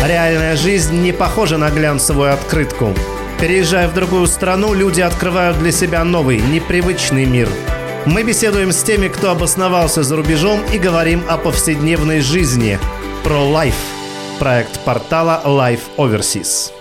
Реальная жизнь не похожа на глянцевую открытку. Переезжая в другую страну, люди открывают для себя новый, непривычный мир. Мы беседуем с теми, кто обосновался за рубежом, и говорим о повседневной жизни. ProLife. Проект портала Life Overseas.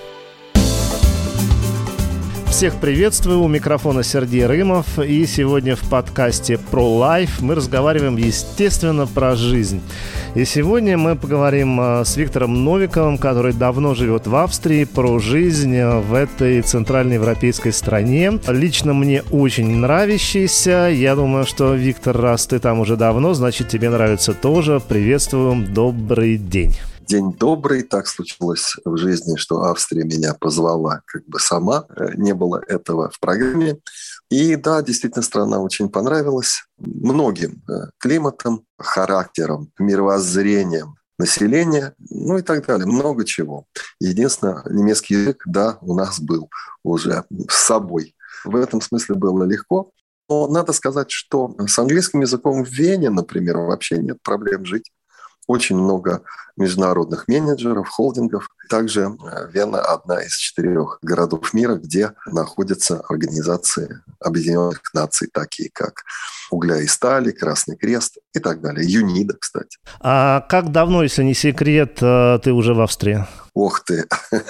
Всех приветствую, у микрофона Сергей Рымов, и сегодня в подкасте ProLife мы разговариваем, естественно, про жизнь. И сегодня мы поговорим с Виктором Новиковым, который давно живет в Австрии, про жизнь в этой центральноевропейской стране. Лично мне очень нравящийся. Я думаю, что, Виктор, раз ты там уже давно, значит, тебе нравится тоже. Приветствую, добрый день. День добрый. Так случилось в жизни, что Австрия меня позвала как бы сама. Не было этого в программе. И да, действительно, страна очень понравилась многим климатом, характером, мировоззрением населения, ну и так далее. Много чего. Единственное, немецкий язык, да, у нас был уже с собой. В этом смысле было легко. Но надо сказать, что с английским языком в Вене, например, вообще нет проблем жить. Очень много международных менеджеров, холдингов. Также Вена – одна из 4 городов мира, где находятся организации Объединенных Наций, такие как Угля и Стали, Красный Крест и так далее. ЮНИДО, кстати. А как давно, если не секрет, ты уже в Австрии? Ох ты!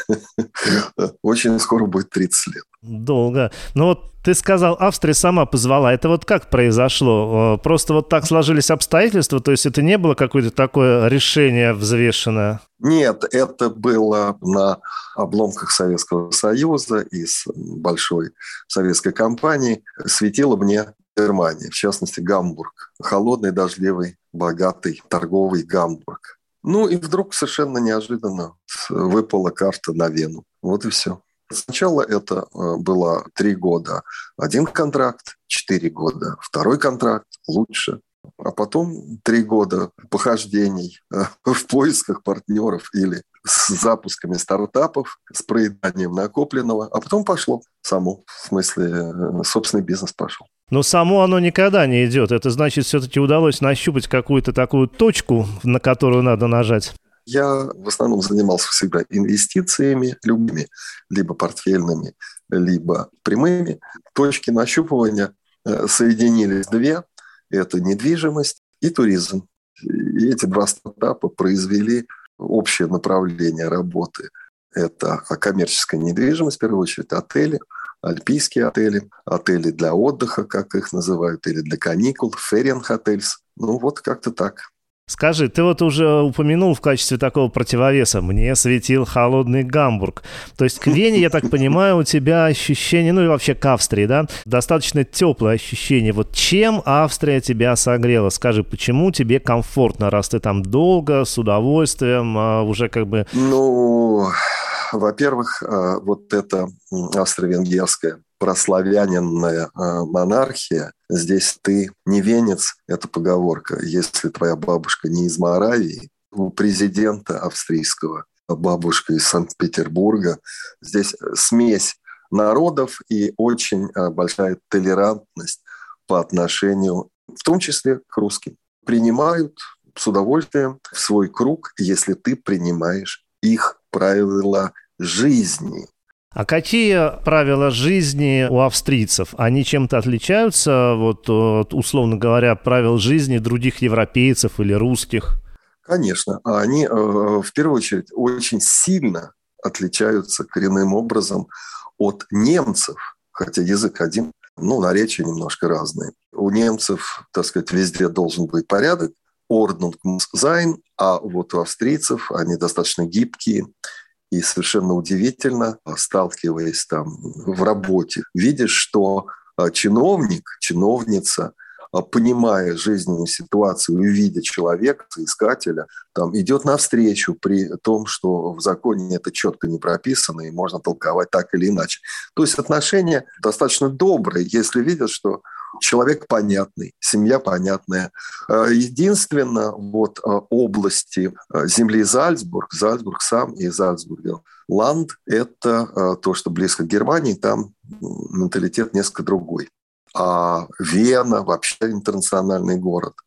Очень скоро будет 30 лет. Долго. Ну вот ты сказал, Австрия сама позвала. Это вот как произошло? Просто вот так сложились обстоятельства? То есть это не было какое-то такое решение взвешенное? Нет, это было на обломках Советского Союза из большой советской компании. Светила мне Германия, в частности Гамбург. Холодный, дождливый, богатый, торговый Гамбург. Ну и вдруг совершенно неожиданно выпала карта на Вену. Вот и все. Сначала это было 3 года. 1 контракт, 4 года. 2 контракт, лучше. А потом 3 года похождений в поисках партнеров или с запусками стартапов, с проеданием накопленного. А потом пошло само. В смысле, собственный бизнес пошел. Но само оно никогда не идет. Это значит, все-таки удалось нащупать какую-то такую точку, на которую надо нажать. Я в основном занимался всегда инвестициями любыми, либо портфельными, либо прямыми. Точки нащупывания соединились 2. Это недвижимость и туризм. И эти 2 стартапа произвели общее направление работы. Это коммерческая недвижимость, в первую очередь, отели, альпийские отели, отели для отдыха, как их называют, или для каникул, фериенхотельс. Ну вот как-то так. Скажи, ты вот уже упомянул в качестве такого противовеса «мне светил холодный Гамбург». То есть к Вене, я так понимаю, у тебя ощущение, ну и вообще к Австрии, да, достаточно теплое ощущение. Вот чем Австрия тебя согрела? Скажи, почему тебе комфортно, раз ты там долго, с удовольствием, уже как бы... Ну, во-первых, вот эта австро-венгерская прославяненная монархия. Здесь ты не венец, это поговорка. Если твоя бабушка не из Моравии, у президента австрийского, бабушка из Санкт-Петербурга, здесь смесь народов и очень большая толерантность по отношению, в том числе к русским. Принимают с удовольствием в свой круг, если ты принимаешь их правила жизни. А какие правила жизни у австрийцев? Они чем-то отличаются, вот, условно говоря, правил жизни других европейцев или русских? Конечно. Они, в первую очередь, очень сильно отличаются коренным образом от немцев, хотя язык один, но наречия немножко разные. У немцев, так сказать, везде должен быть порядок, Ordnung muss sein, а вот у австрийцев они достаточно гибкие. И совершенно удивительно, сталкиваясь там в работе, видишь, что чиновник, чиновница, понимая жизненную ситуацию, увидя человека, соискателя, там, идет навстречу при том, что в законе это четко не прописано и можно толковать так или иначе. То есть отношения достаточно добрые, если видят, что человек понятный, семья понятная. Единственное, вот области земли Зальцбург сам и Зальцбургер Ланд, это то, что близко к Германии, там менталитет несколько другой. А Вена вообще интернациональный город.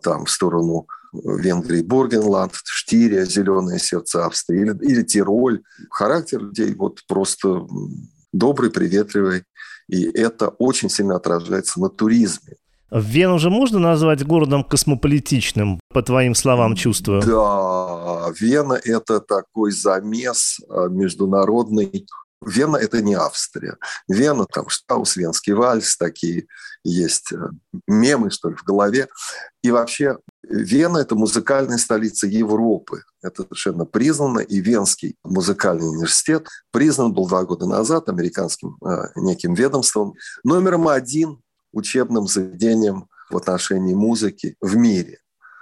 там в сторону Венгрии Бургенланд, Штирия, зеленое сердце Австрии, или Тироль. Характер людей вот просто добрый, приветливый, и это очень сильно отражается на туризме. Вену же можно назвать городом космополитичным, по твоим словам, чувствую? Да, Вена – это такой замес международный. Вена – это не Австрия. Вена, там Штаус, Венский вальс, такие есть мемы, что ли, в голове. И вообще Вена – это музыкальная столица Европы. Это совершенно признано. И Венский музыкальный университет признан был 2 года назад американским неким ведомством номером 1 учебным заведением в отношении музыки в мире.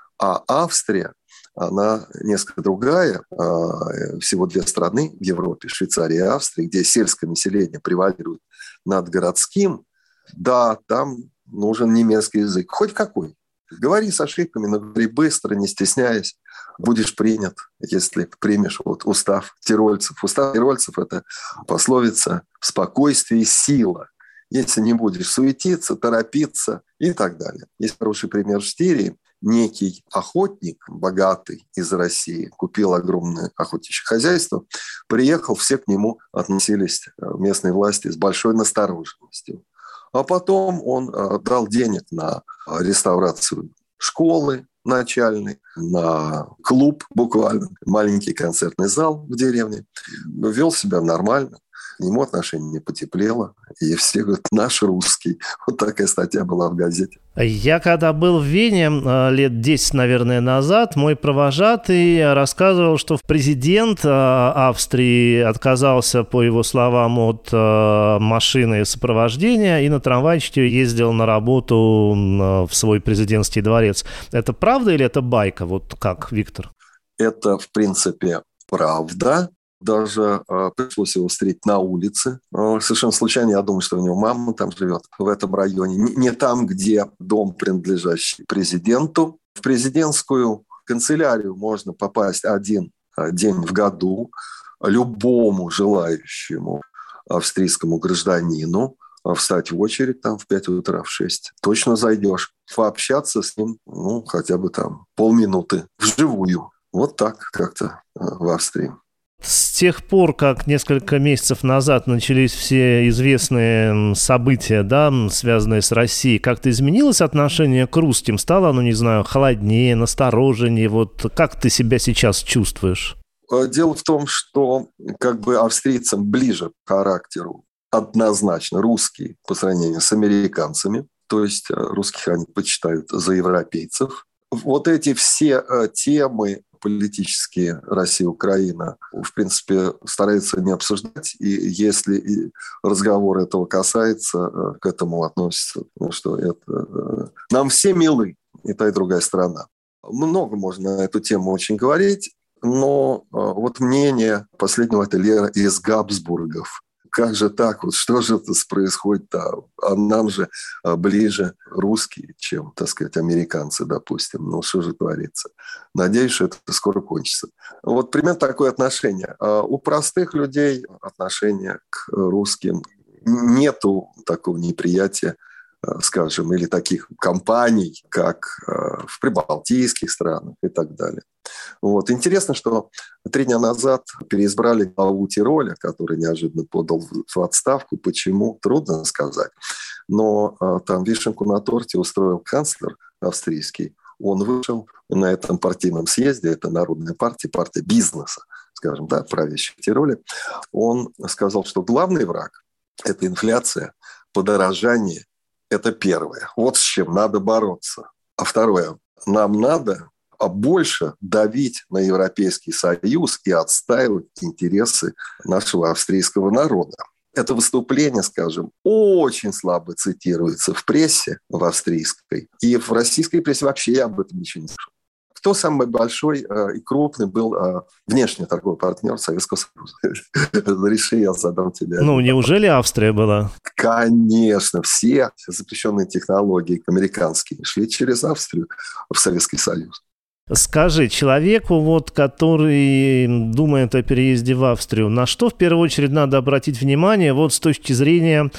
А Австрия, она несколько другая. Всего 2 страны в Европе, Швейцария и Австрия, где сельское население превалирует над городским. Да, там нужен немецкий язык. Хоть какой. Говори с ошибками, но говори быстро, не стесняясь. Будешь принят, если примешь устав тирольцев. Устав тирольцев – это пословица «спокойствие и сила». Если не будешь суетиться, торопиться и так далее. Есть хороший пример в Штирии. Некий охотник, богатый из России, купил огромное охотничье хозяйство, приехал, все к нему относились местные власти с большой настороженностью. А потом он дал денег на реставрацию школы начальной, на клуб буквально, маленький концертный зал в деревне, вел себя нормально. К нему отношение не потеплело. И все говорят, наш русский. Вот такая статья была в газете. Я когда был в Вене лет 10, наверное, назад, мой провожатый рассказывал, что президент Австрии отказался, по его словам, от машины сопровождения и на трамвайчике ездил на работу в свой президентский дворец. Это правда или это байка? Вот как, Виктор? Это, в принципе, правда. Даже пришлось его встретить на улице. Совершенно случайно, я думаю, что у него мама там живет, в этом районе. Не там, где дом, принадлежащий президенту. В президентскую канцелярию можно попасть 1 день в году любому желающему австрийскому гражданину, встать в очередь там в 5 утра, в 6. Точно зайдешь. Пообщаться с ним, хотя бы там полминуты вживую. Вот так как-то в Австрии. С тех пор, как несколько месяцев назад начались все известные события, да, связанные с Россией, как-то изменилось отношение к русским? Стало оно, не знаю, холоднее, настороженнее? Вот как ты себя сейчас чувствуешь? Дело в том, что как бы австрийцам ближе по характеру однозначно русские по сравнению с американцами. То есть русских они почитают за европейцев. Вот эти все темы политические Россия-Украина, в принципе, стараются не обсуждать. И если разговор этого касается, к этому относятся, что это нам все милы, и та, и другая страна. Много можно на эту тему очень говорить, но вот мнение последнего — это Лера из Габсбургов. Как же так? Вот что же это происходит-то? А нам же ближе русские, чем, так сказать, американцы, допустим. Ну, что же творится? Надеюсь, что это скоро кончится. Вот примерно такое отношение. У простых людей отношение к русским нету такого неприятия, скажем, или таких компаний, как в прибалтийских странах и так далее. Вот. Интересно, что 3 дня назад переизбрали главу Тироля, который неожиданно подал в отставку. Почему? Трудно сказать. Но там вишенку на торте устроил канцлер австрийский. Он вышел на этом партийном съезде, это Народная партия, партия бизнеса, скажем, да, правящая в Тироле. Он сказал, что главный враг – это инфляция, подорожание. Это первое. Вот с чем надо бороться. А второе. Нам надо больше давить на Европейский Союз и отстаивать интересы нашего австрийского народа. Это выступление, скажем, очень слабо цитируется в прессе, в австрийской. И в российской прессе вообще я об этом ничего не слышал. Кто самый большой и крупный был внешний торговый партнер Советского Союза? Разреши, я задам тебе. Неужели Австрия была? Конечно, все запрещенные технологии американские шли через Австрию в Советский Союз. Скажи, человеку, вот, который думает о переезде в Австрию, на что в первую очередь надо обратить внимание вот с точки зрения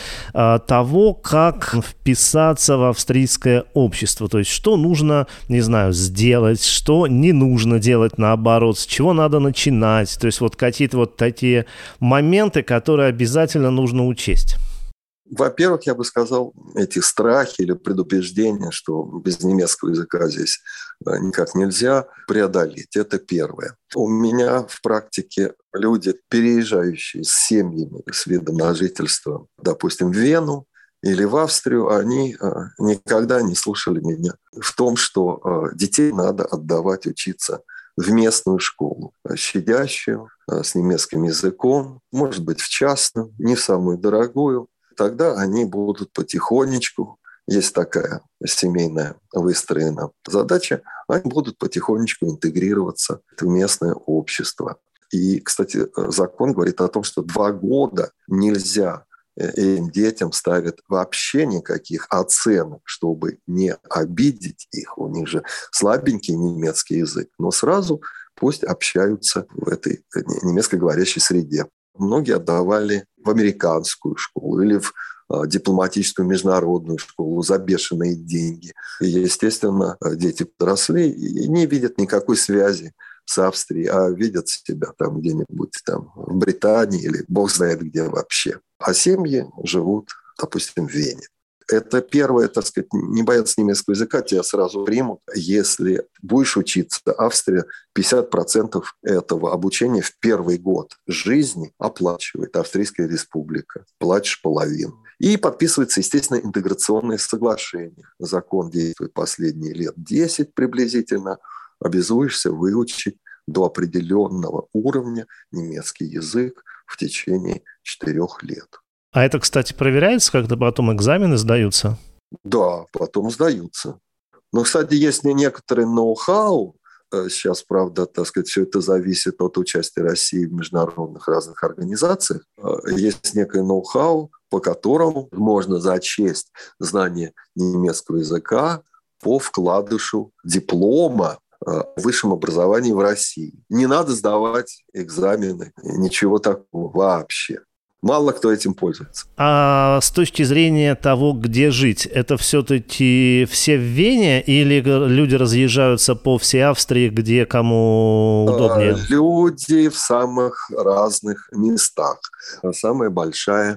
того, как вписаться в австрийское общество? То есть что нужно, не знаю, сделать, что не нужно делать наоборот, с чего надо начинать? То есть вот какие-то вот такие моменты, которые обязательно нужно учесть. Во-первых, я бы сказал, эти страхи или предубеждения, что без немецкого языка здесь никак нельзя преодолеть. Это первое. У меня в практике люди, переезжающие с семьями, с видом на жительство, допустим, в Вену или в Австрию, они никогда не слушали меня в том, что детей надо отдавать учиться в местную школу, щадящую, с немецким языком, может быть, в частную, не в самую дорогую. Тогда они будут потихонечку, есть такая семейная выстроена задача, они будут потихонечку интегрироваться в местное общество. И, кстати, закон говорит о том, что 2 года нельзя этим детям ставить вообще никаких оценок, чтобы не обидеть их. У них же слабенький немецкий язык, но сразу пусть общаются в этой немецкоговорящей среде. Многие отдавали в американскую школу или в дипломатическую международную школу за бешеные деньги. И, естественно, дети подросли и не видят никакой связи с Австрией, а видят себя там где-нибудь там в Британии или бог знает где вообще. А семьи живут, допустим, в Вене. Это первое, так сказать, не бояться немецкого языка, тебя сразу примут. Если будешь учиться, Австрия 50% этого обучения в первый год жизни оплачивает Австрийская республика. Платишь половину. И подписывается, естественно, интеграционное соглашение. Закон действует последние лет 10 приблизительно. Обязуешься выучить до определенного уровня немецкий язык в течение 4 лет. А это, кстати, проверяется, когда потом экзамены сдаются? Да, потом сдаются. Но, кстати, есть некоторый ноу-хау. Сейчас, правда, так сказать, все это зависит от участия России в международных разных организациях. Есть некое ноу-хау, по которому можно зачесть знание немецкого языка по вкладышу диплома о высшем образовании в России. Не надо сдавать экзамены, ничего такого вообще. Мало кто этим пользуется. А с точки зрения того, где жить, это все-таки все в Вене или люди разъезжаются по всей Австрии, где кому удобнее? Люди в самых разных местах. Самая большая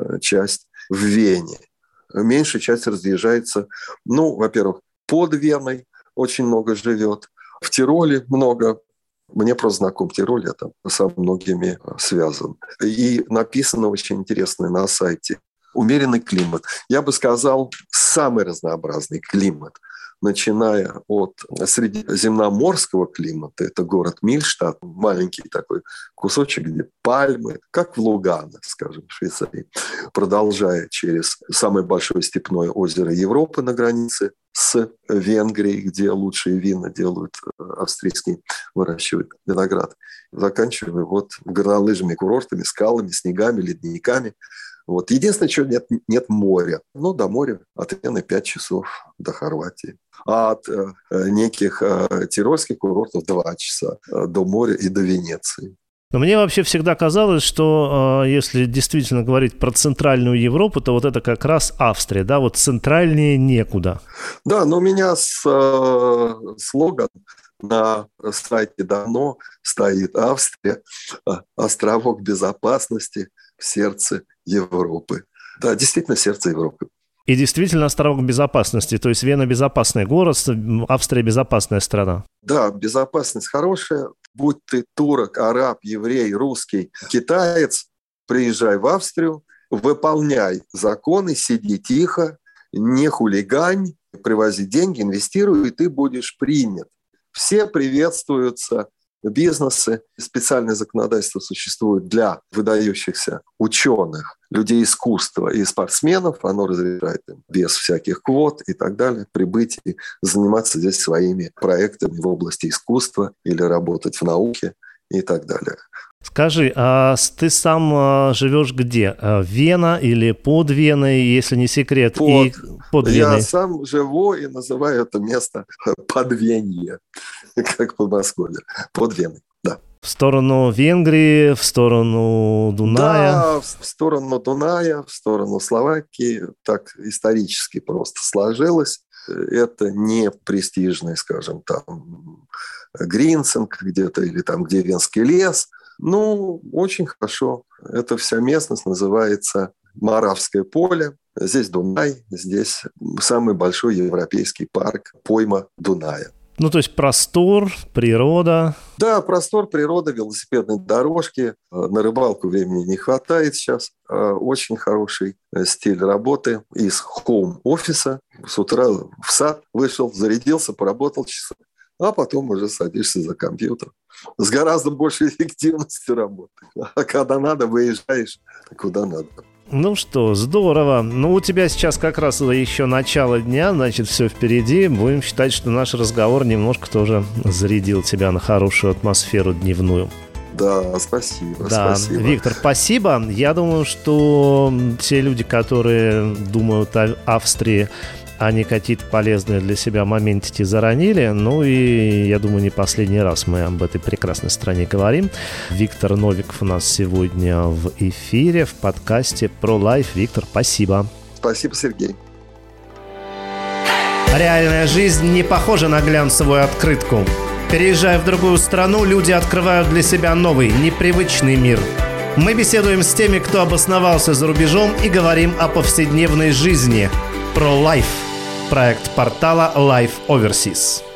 часть в Вене. Меньшая часть разъезжается, во-первых, под Веной очень много живет. В Тироле много. Мне просто знаком Тироль, я там со многими связан. И написано очень интересно на сайте. Умеренный климат. Я бы сказал, самый разнообразный климат. Начиная от средиземноморского климата, это город Мильштадт, маленький такой кусочек, где пальмы, как в Лугано, скажем, в Швейцарии, продолжая через самое большое степное озеро Европы на границе с Венгрией, где лучшие вина делают австрийские, выращивают виноград, заканчивая горнолыжными курортами, скалами, снегами, ледниками. Единственное, что нет моря. До моря от Вены 5 часов до Хорватии. А от неких тирольских курортов 2 часа до моря и до Венеции. Но мне вообще всегда казалось, что если действительно говорить про Центральную Европу, то это как раз Австрия, да, центральнее некуда. Да, но у меня слоган на сайте давно стоит: Австрия, островок безопасности в сердце Европы. Да, действительно, сердце Европы. И действительно островок безопасности. То есть Вена безопасный город, Австрия безопасная страна. Да, безопасность хорошая. Будь ты турок, араб, еврей, русский, китаец, приезжай в Австрию, выполняй законы, сиди тихо, не хулигань, привози деньги, инвестируй, и ты будешь принят. Все приветствуются. Бизнесы, специальное законодательство существует для выдающихся ученых, людей искусства и спортсменов. Оно разрешает им без всяких квот и так далее прибыть и заниматься здесь своими проектами в области искусства или работать в науке и так далее. Скажи, а ты сам живешь где? Вена или под Веной, если не секрет? Под Веной. Я сам живу и называю это место Подвенье, как Подмосковье. Под Веной, да. В сторону Венгрии, в сторону Дуная? Да, в сторону Дуная, в сторону Словакии. Так исторически просто сложилось. Это не престижный, скажем, там Гринцинг где-то или там, где Венский лес. Ну, очень хорошо. Эта вся местность называется Моравское поле. Здесь Дунай, здесь самый большой европейский парк, пойма Дуная. Ну, то есть простор, природа. Да, простор, природа, велосипедные дорожки. На рыбалку времени не хватает сейчас. Очень хороший стиль работы из хоум-офиса. С утра в сад вышел, зарядился, поработал часа, а потом уже садишься за компьютер. С гораздо большей эффективностью работы. А когда надо, выезжаешь куда надо. Ну что, здорово. Ну, у тебя сейчас как раз еще начало дня, значит, все впереди. Будем считать, что наш разговор немножко тоже зарядил тебя на хорошую атмосферу дневную. Да, спасибо. Да, спасибо. Виктор, спасибо. Я думаю, что те люди, которые думают о Австрии, они какие-то полезные для себя моментики заронили. Ну и, я думаю, не последний раз мы об этой прекрасной стране говорим. Виктор Новиков у нас сегодня в эфире, в подкасте Про Лайф. Виктор, спасибо. Спасибо, Сергей. Реальная жизнь не похожа на глянцевую открытку. Переезжая в другую страну, люди открывают для себя новый, непривычный мир. Мы беседуем с теми, кто обосновался за рубежом, и говорим о повседневной жизни. Про Лайф. Проект портала Life Overseas.